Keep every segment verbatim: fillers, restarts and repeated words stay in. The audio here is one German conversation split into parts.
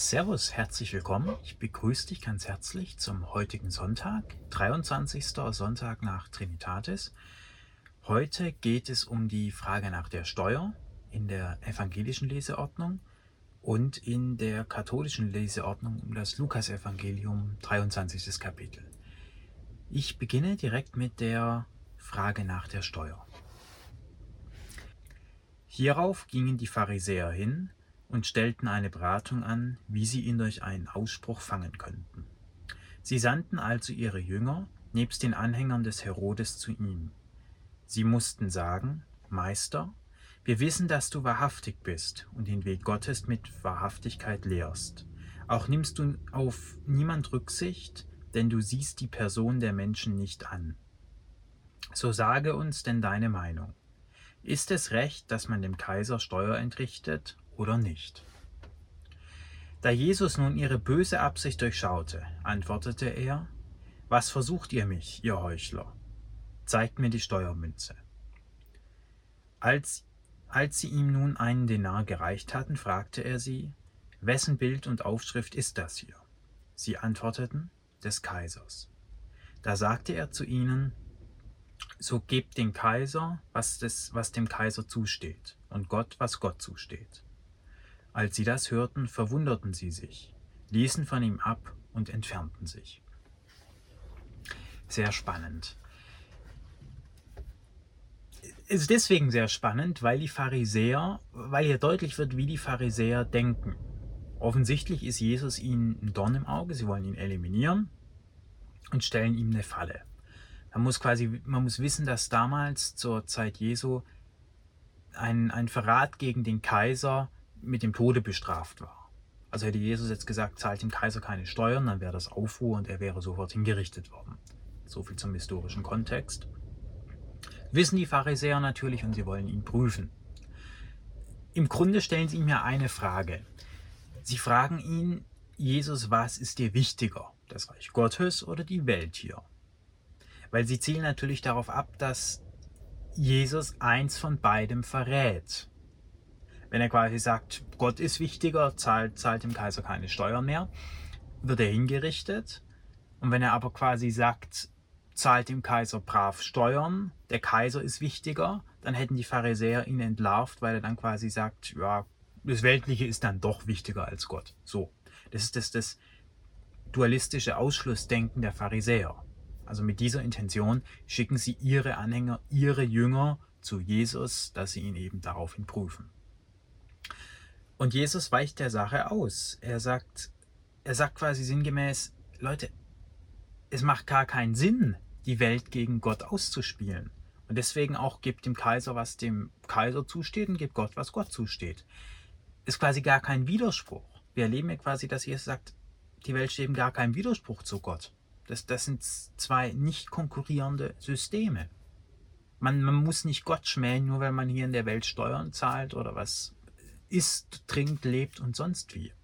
Servus, herzlich willkommen. Ich begrüße dich ganz herzlich zum heutigen Sonntag, dreiundzwanzigsten Sonntag nach Trinitatis. Heute geht es um die Frage nach der Steuer in der evangelischen Leseordnung und in der katholischen Leseordnung um das Lukasevangelium, dreiundzwanzigstes Kapitel. Ich beginne direkt mit der Frage nach der Steuer. Hierauf gingen die Pharisäer hin und stellten eine Beratung an, wie sie ihn durch einen Ausspruch fangen könnten. Sie sandten also ihre Jünger nebst den Anhängern des Herodes zu ihm. Sie mussten sagen: Meister, wir wissen, dass du wahrhaftig bist und den Weg Gottes mit Wahrhaftigkeit lehrst. Auch nimmst du auf niemand Rücksicht, denn du siehst die Person der Menschen nicht an. So sage uns denn deine Meinung. Ist es recht, dass man dem Kaiser Steuer entrichtet oder nicht? Da Jesus nun ihre böse Absicht durchschaute, antwortete er: Was versucht ihr mich, ihr Heuchler? Zeigt mir die Steuermünze. Als, als sie ihm nun einen Denar gereicht hatten, fragte er sie: Wessen Bild und Aufschrift ist das hier? Sie antworteten: Des Kaisers. Da sagte er zu ihnen: So gebt dem Kaiser, was, des, was dem Kaiser zusteht, und Gott, was Gott zusteht. Als sie das hörten, verwunderten sie sich, ließen von ihm ab und entfernten sich. Sehr spannend. Es ist deswegen sehr spannend, weil die Pharisäer, weil hier deutlich wird, wie die Pharisäer denken. Offensichtlich ist Jesus ihnen ein Dorn im Auge, sie wollen ihn eliminieren und stellen ihm eine Falle. Man muss quasi, man muss wissen, dass damals zur Zeit Jesu ein, ein Verrat gegen den Kaiser mit dem Tode bestraft war. Also hätte Jesus jetzt gesagt, zahlt dem Kaiser keine Steuern, dann wäre das Aufruhr und er wäre sofort hingerichtet worden. So viel zum historischen Kontext. Wissen die Pharisäer natürlich und sie wollen ihn prüfen. Im Grunde stellen sie ihm ja eine Frage. Sie fragen ihn: Jesus, was ist dir wichtiger, das Reich Gottes oder die Welt hier? Weil sie zielen natürlich darauf ab, dass Jesus eins von beidem verrät. Wenn er quasi sagt, Gott ist wichtiger, zahlt, zahlt dem Kaiser keine Steuern mehr, wird er hingerichtet. Und wenn er aber quasi sagt, zahlt dem Kaiser brav Steuern, der Kaiser ist wichtiger, dann hätten die Pharisäer ihn entlarvt, weil er dann quasi sagt, ja, das Weltliche ist dann doch wichtiger als Gott. So, das ist das, das dualistische Ausschlussdenken der Pharisäer. Also mit dieser Intention schicken sie ihre Anhänger, ihre Jünger zu Jesus, dass sie ihn eben daraufhin prüfen. Und Jesus weicht der Sache aus. Er sagt, er sagt quasi sinngemäß: Leute, es macht gar keinen Sinn, die Welt gegen Gott auszuspielen. Und deswegen auch gebt dem Kaiser, was dem Kaiser zusteht, und gebt Gott, was Gott zusteht. Ist quasi gar kein Widerspruch. Wir erleben ja quasi, dass Jesus sagt, die Welt steht eben gar kein Widerspruch zu Gott. Das, das sind zwei nicht konkurrierende Systeme. Man, man muss nicht Gott schmähen, nur weil man hier in der Welt Steuern zahlt oder was isst, trinkt, lebt und sonst wie.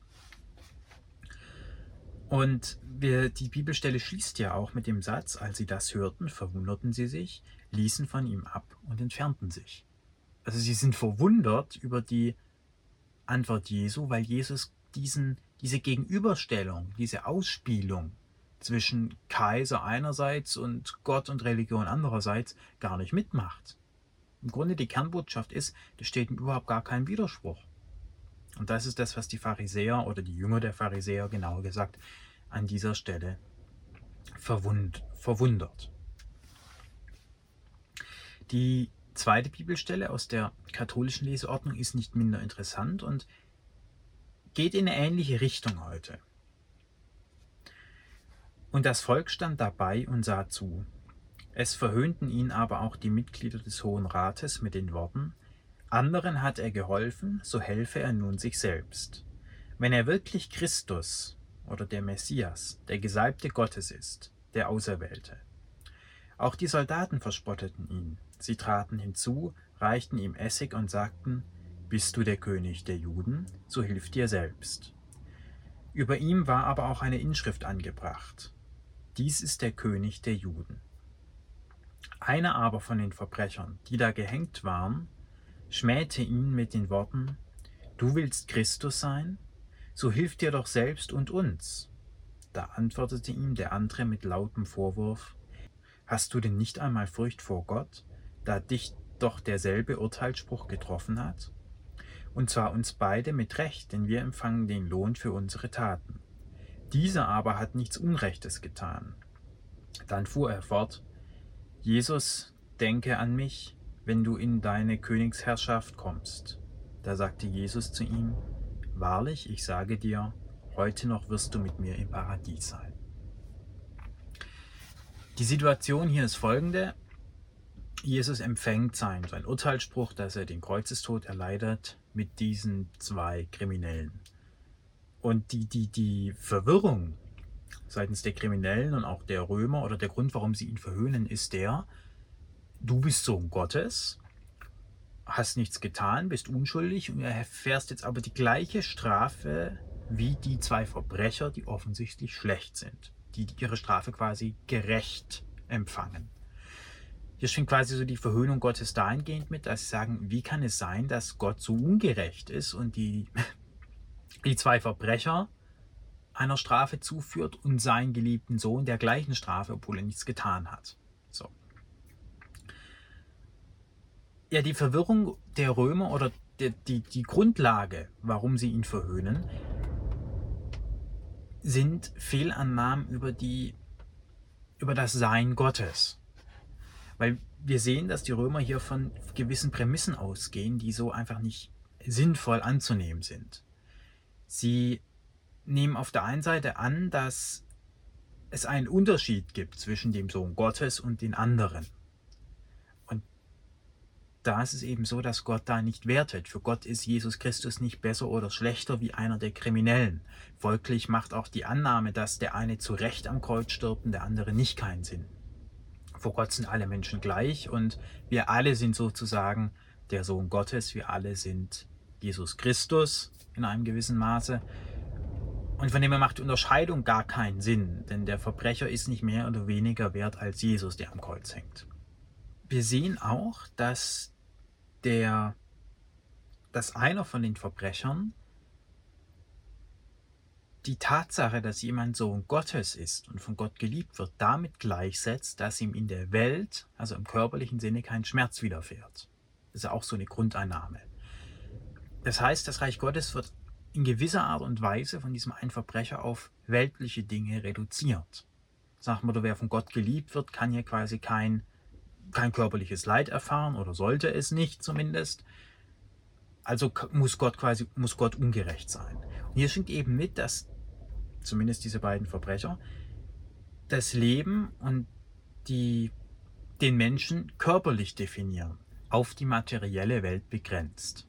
Und wir, die Bibelstelle schließt ja auch mit dem Satz: Als sie das hörten, verwunderten sie sich, ließen von ihm ab und entfernten sich. Also sie sind verwundert über die Antwort Jesu, weil Jesus diesen, diese Gegenüberstellung, diese Ausspielung zwischen Kaiser einerseits und Gott und Religion andererseits gar nicht mitmacht. Im Grunde die Kernbotschaft ist, da steht überhaupt gar kein Widerspruch. Und das ist das, was die Pharisäer oder die Jünger der Pharisäer, genauer gesagt, an dieser Stelle verwund, verwundert. Die zweite Bibelstelle aus der katholischen Leseordnung ist nicht minder interessant und geht in eine ähnliche Richtung heute. Und das Volk stand dabei und sah zu. Es verhöhnten ihn aber auch die Mitglieder des Hohen Rates mit den Worten: Anderen hat er geholfen, so helfe er nun sich selbst. Wenn er wirklich Christus oder der Messias, der Gesalbte Gottes ist, der Auserwählte. Auch die Soldaten verspotteten ihn. Sie traten hinzu, reichten ihm Essig und sagten: Bist du der König der Juden? So hilf dir selbst. Über ihm war aber auch eine Inschrift angebracht: Dies ist der König der Juden. Einer aber von den Verbrechern, die da gehängt waren, schmähte ihn mit den Worten: Du willst Christus sein? so hilf dir doch selbst und uns. Da antwortete ihm der andere mit lautem Vorwurf: Hast du denn nicht einmal Furcht vor Gott, da dich doch derselbe Urteilsspruch getroffen hat? Und zwar uns beide mit Recht, denn wir empfangen den Lohn für unsere Taten. Dieser aber hat nichts Unrechtes getan. Dann fuhr er fort: Jesus, denke an mich, wenn du in deine Königsherrschaft kommst. Da sagte Jesus zu ihm: Wahrlich, ich sage dir, heute noch wirst du mit mir im Paradies sein. Die Situation hier ist folgende: Jesus empfängt sein, sein Urteilsspruch, dass er den Kreuzestod erleidet, mit diesen zwei Kriminellen. Und die, die, die Verwirrung seitens der Kriminellen und auch der Römer oder der Grund, warum sie ihn verhöhnen, ist der: Du bist Sohn Gottes, hast nichts getan, bist unschuldig und erfährst jetzt aber die gleiche Strafe wie die zwei Verbrecher, die offensichtlich schlecht sind, die ihre Strafe quasi gerecht empfangen. Hier schwingt quasi so die Verhöhnung Gottes dahingehend mit, dass sie sagen, wie kann es sein, dass Gott so ungerecht ist und die, die zwei Verbrecher einer Strafe zuführt und seinen geliebten Sohn der gleichen Strafe, obwohl er nichts getan hat. So. Ja, die Verwirrung der Römer oder die, die, die Grundlage, warum sie ihn verhöhnen, sind Fehlannahmen über, die, über das Sein Gottes. Weil wir sehen, dass die Römer hier von gewissen Prämissen ausgehen, die so einfach nicht sinnvoll anzunehmen sind. Sie nehmen auf der einen Seite an, dass es einen Unterschied gibt zwischen dem Sohn Gottes und den anderen. Und da ist es eben so, dass Gott da nicht wertet. Für Gott ist Jesus Christus nicht besser oder schlechter wie einer der Kriminellen. Folglich macht auch die Annahme, dass der eine zu Recht am Kreuz stirbt und der andere nicht, keinen Sinn. Vor Gott sind alle Menschen gleich und wir alle sind sozusagen der Sohn Gottes. Wir alle sind Jesus Christus in einem gewissen Maße. Und von dem her macht die Unterscheidung gar keinen Sinn, denn der Verbrecher ist nicht mehr oder weniger wert als Jesus, der am Kreuz hängt. Wir sehen auch, dass, der, dass einer von den Verbrechern die Tatsache, dass jemand Sohn Gottes ist und von Gott geliebt wird, damit gleichsetzt, dass ihm in der Welt, also im körperlichen Sinne, kein Schmerz widerfährt. Das ist ja auch so eine Grundeinnahme. Das heißt, das Reich Gottes wird in gewisser Art und Weise von diesem einen Verbrecher auf weltliche Dinge reduziert. Sagt man, wer von Gott geliebt wird, kann hier quasi kein, kein körperliches Leid erfahren oder sollte es nicht zumindest. Also muss Gott quasi muss Gott ungerecht sein. Und hier schwingt eben mit, dass zumindest diese beiden Verbrecher das Leben und die, den Menschen körperlich definieren, auf die materielle Welt begrenzt.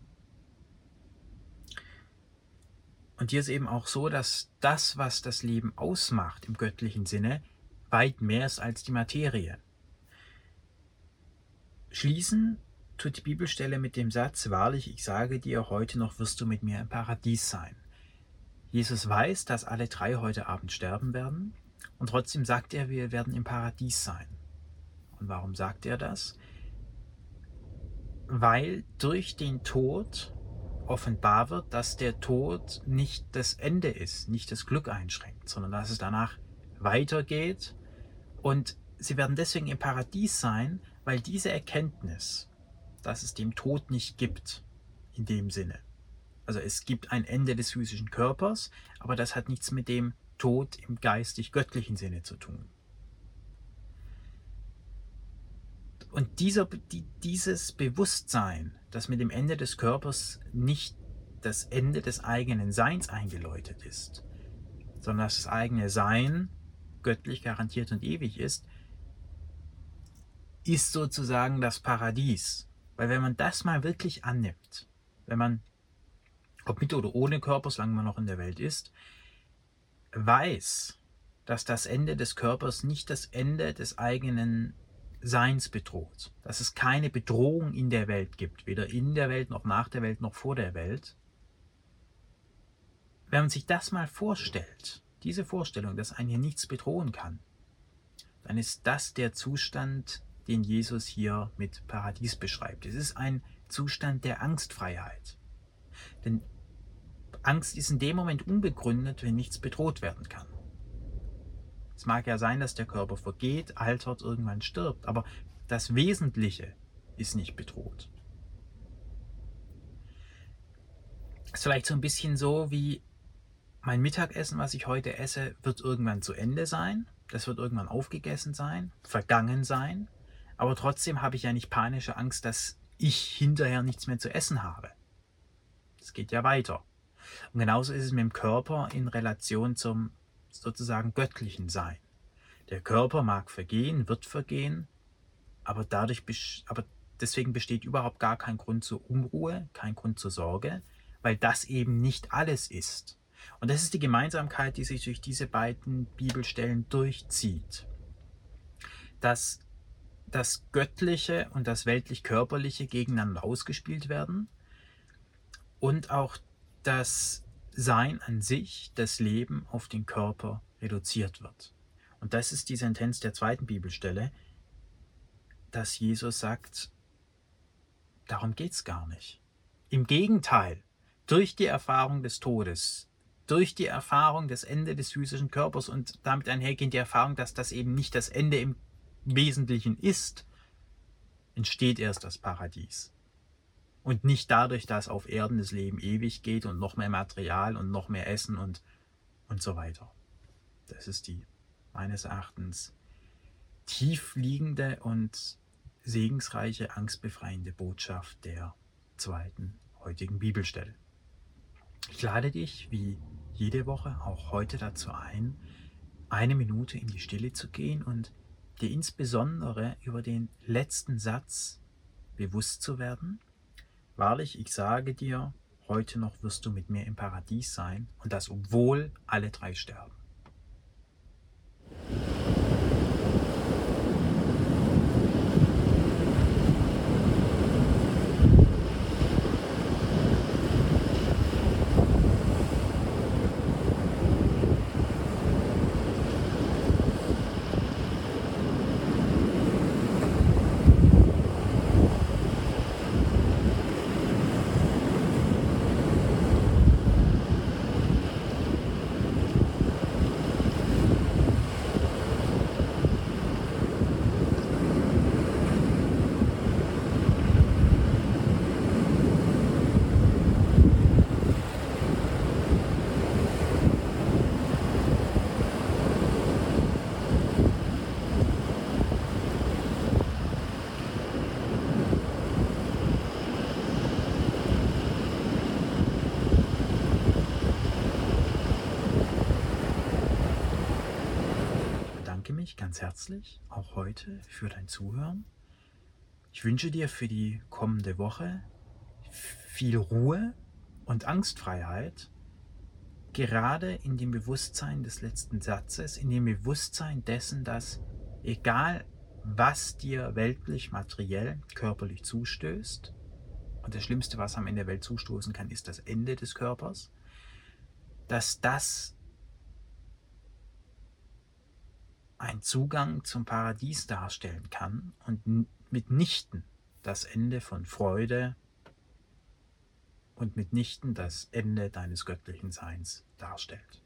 Und hier ist eben auch so, dass das, was das Leben ausmacht im göttlichen Sinne, weit mehr ist als die Materie. Schließen tut die Bibelstelle mit dem Satz: Wahrlich, ich sage dir, heute noch wirst du mit mir im Paradies sein. Jesus weiß, dass alle drei heute Abend sterben werden und trotzdem sagt er, wir werden im Paradies sein. Und warum sagt er das? Weil durch den Tod offenbar wird, dass der Tod nicht das Ende ist, nicht das Glück einschränkt, sondern dass es danach weitergeht. Und sie werden deswegen im Paradies sein, weil diese Erkenntnis, dass es dem Tod nicht gibt, in dem Sinne. Also es gibt ein Ende des physischen Körpers, aber das hat nichts mit dem Tod im geistig-göttlichen Sinne zu tun. Und dieser, die, dieses Bewusstsein, das mit dem Ende des Körpers nicht das Ende des eigenen Seins eingeläutet ist, sondern dass das eigene Sein göttlich garantiert und ewig ist, ist sozusagen das Paradies. Weil wenn man das mal wirklich annimmt, wenn man, ob mit oder ohne Körper, solange man noch in der Welt ist, weiß, dass das Ende des Körpers nicht das Ende des eigenen Seins bedroht, dass es keine Bedrohung in der Welt gibt, weder in der Welt noch nach der Welt noch vor der Welt. Wenn man sich das mal vorstellt, diese Vorstellung, dass einen hier nichts bedrohen kann, dann ist das der Zustand, den Jesus hier mit Paradies beschreibt. Es ist ein Zustand der Angstfreiheit. Denn Angst ist in dem Moment unbegründet, wenn nichts bedroht werden kann. Es mag ja sein, dass der Körper vergeht, altert, irgendwann stirbt, aber das Wesentliche ist nicht bedroht. Es ist vielleicht so ein bisschen so wie mein Mittagessen, was ich heute esse, wird irgendwann zu Ende sein. Das wird irgendwann aufgegessen sein, vergangen sein. Aber trotzdem habe ich ja nicht panische Angst, dass ich hinterher nichts mehr zu essen habe. Es geht ja weiter. Und genauso ist es mit dem Körper in Relation zum sozusagen göttlichen Sein. Der Körper mag vergehen, wird vergehen, aber, dadurch, aber deswegen besteht überhaupt gar kein Grund zur Unruhe, kein Grund zur Sorge, weil das eben nicht alles ist. Und das ist die Gemeinsamkeit, die sich durch diese beiden Bibelstellen durchzieht. Dass das Göttliche und das weltlich-körperliche gegeneinander ausgespielt werden und auch das Sein an sich, das Leben auf den Körper reduziert wird. Und das ist die Sentenz der zweiten Bibelstelle, dass Jesus sagt, darum geht es gar nicht. Im Gegenteil, durch die Erfahrung des Todes, durch die Erfahrung des Ende des physischen Körpers und damit einhergehend die Erfahrung, dass das eben nicht das Ende im Wesentlichen ist, entsteht erst das Paradies. Und nicht dadurch, dass auf Erden das Leben ewig geht und noch mehr Material und noch mehr Essen und, und so weiter. Das ist die, meines Erachtens, tiefliegende und segensreiche, angstbefreiende Botschaft der zweiten heutigen Bibelstelle. Ich lade dich, wie jede Woche, auch heute dazu ein, eine Minute in die Stille zu gehen und dir insbesondere über den letzten Satz bewusst zu werden. Wahrlich, ich sage dir, heute noch wirst du mit mir im Paradies sein, und das obwohl alle drei sterben. Mich ganz herzlich, auch heute, für dein Zuhören. Ich wünsche dir für die kommende Woche viel Ruhe und Angstfreiheit, gerade in dem Bewusstsein des letzten Satzes, in dem Bewusstsein dessen, dass egal was dir weltlich, materiell, körperlich zustößt, und das Schlimmste, was am Ende der Welt zustoßen kann, ist das Ende des Körpers, dass das ein Zugang zum Paradies darstellen kann und mitnichten das Ende von Freude und mitnichten das Ende deines göttlichen Seins darstellt.